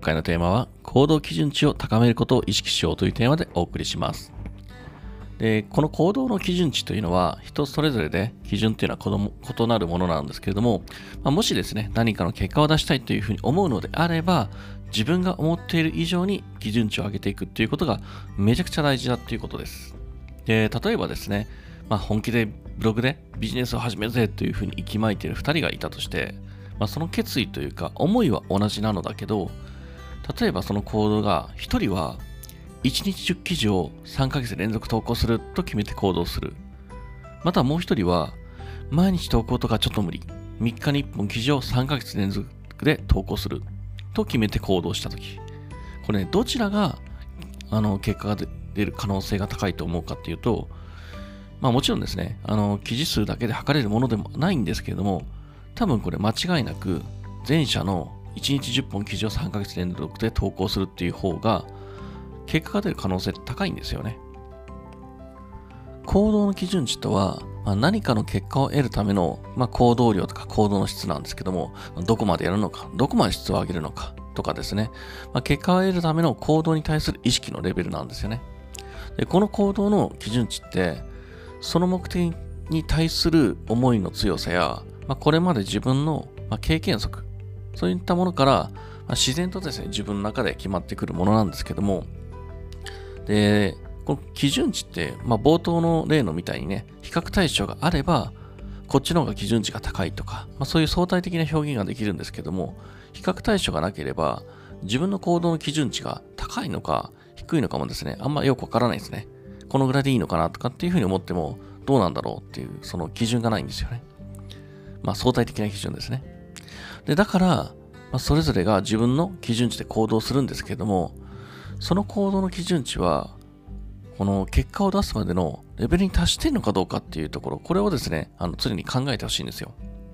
回のテーマは行動基準値を高めることを意識しようというテーマでお送りします。で、この行動の基準値というのは人それぞれで基準というのは異なるものなんですけれども、もしですね、何かの結果を出したいというふうに思うのであれば、自分が思っている以上に基準値を上げていくということがめちゃくちゃ大事だということです。で、例えばですね、本気でブログでビジネスを始めるぜというふうに息巻いている2人がいたとして、その決意というか思いは同じなのだけど、例えばその行動が1人は1日10記事を3ヶ月連続投稿すると決めて行動する。またもう1人は毎日投稿とかちょっと無理。3日に1本記事を3ヶ月連続で投稿すると決めて行動したとき、これね、どちらが結果が出る可能性が高いと思うかっていうと、もちろんですね、記事数だけで測れるものでもないんですけれども、多分これ間違いなく前者の1日10本記事を3ヶ月連続で投稿するっていう方が結果が出る可能性高いんですよね。行動の基準値とは、何かの結果を得るための、行動量とか行動の質なんですけども、どこまでやるのか、どこまで質を上げるのかとかですね、結果を得るための行動に対する意識のレベルなんですよね。で、この行動の基準値ってその目的に対する思いの強さや、これまで自分の経験則、そういったものから自然とですね、自分の中で決まってくるものなんですけども、で、この基準値って、冒頭の例のみたいにね、比較対象があれば、こっちの方が基準値が高いとか、そういう相対的な表現ができるんですけども、比較対象がなければ、自分の行動の基準値が高いのか低いのかもですね、あんまよくわからないですね。このぐらいでいいのかなとかっていうふうに思っても、どうなんだろうっていう、その基準がないんですよね。相対的な基準ですね。で、だから、それぞれが自分の基準値で行動するんですけれども、その行動の基準値は、この結果を出すまでのレベルに達しているのかどうかっていうところ、これをですね、常に考えてほしいんですよ。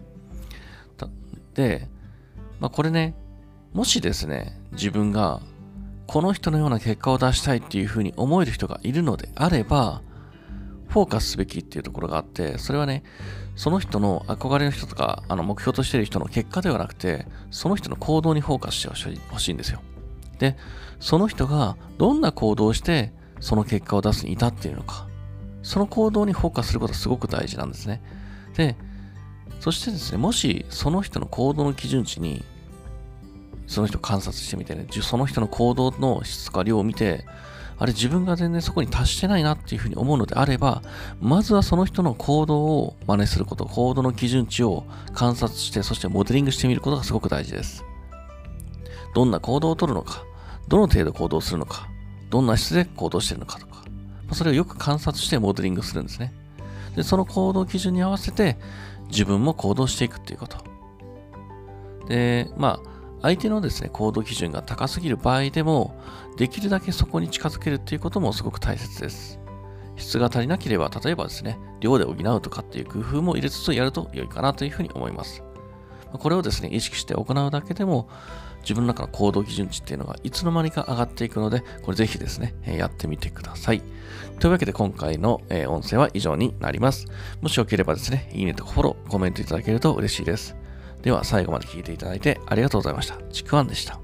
で、これね、もしですね、自分がこの人のような結果を出したいっていうふうに思える人がいるのであれば、フォーカスすべきっていうところがあって、それはね、その人の憧れの人とか、目標としている人の結果ではなくて、その人の行動にフォーカスしてほしいんですよ。で、その人がどんな行動をして、その結果を出すに至っているのか、その行動にフォーカスすることはすごく大事なんですね。で、そしてですね、もしその人の行動の基準値に、その人を観察してみてね、その人の行動の質とか量を見て、あれ自分が全然そこに達してないなっていうふうに思うのであれば、まずはその人の行動を真似すること、行動の基準値を観察して、そしてモデリングしてみることがすごく大事です。どんな行動をとるのか、どの程度行動するのか、どんな質で行動しているのかとか、それをよく観察してモデリングするんですね。で、その行動基準に合わせて自分も行動していくっていうこと。で、相手のですね、行動基準が高すぎる場合でも、できるだけそこに近づけるっていうこともすごく大切です。質が足りなければ、例えばですね、量で補うとかっていう工夫も入れつつやると良いかなというふうに思います。これをですね、意識して行うだけでも、自分の中の行動基準値っていうのがいつの間にか上がっていくので、これぜひですね、やってみてください。というわけで今回の音声は以上になります。もしよければですね、いいねとかフォロー、コメントいただけると嬉しいです。では最後まで聞いていただいてありがとうございました。ちくわんでした。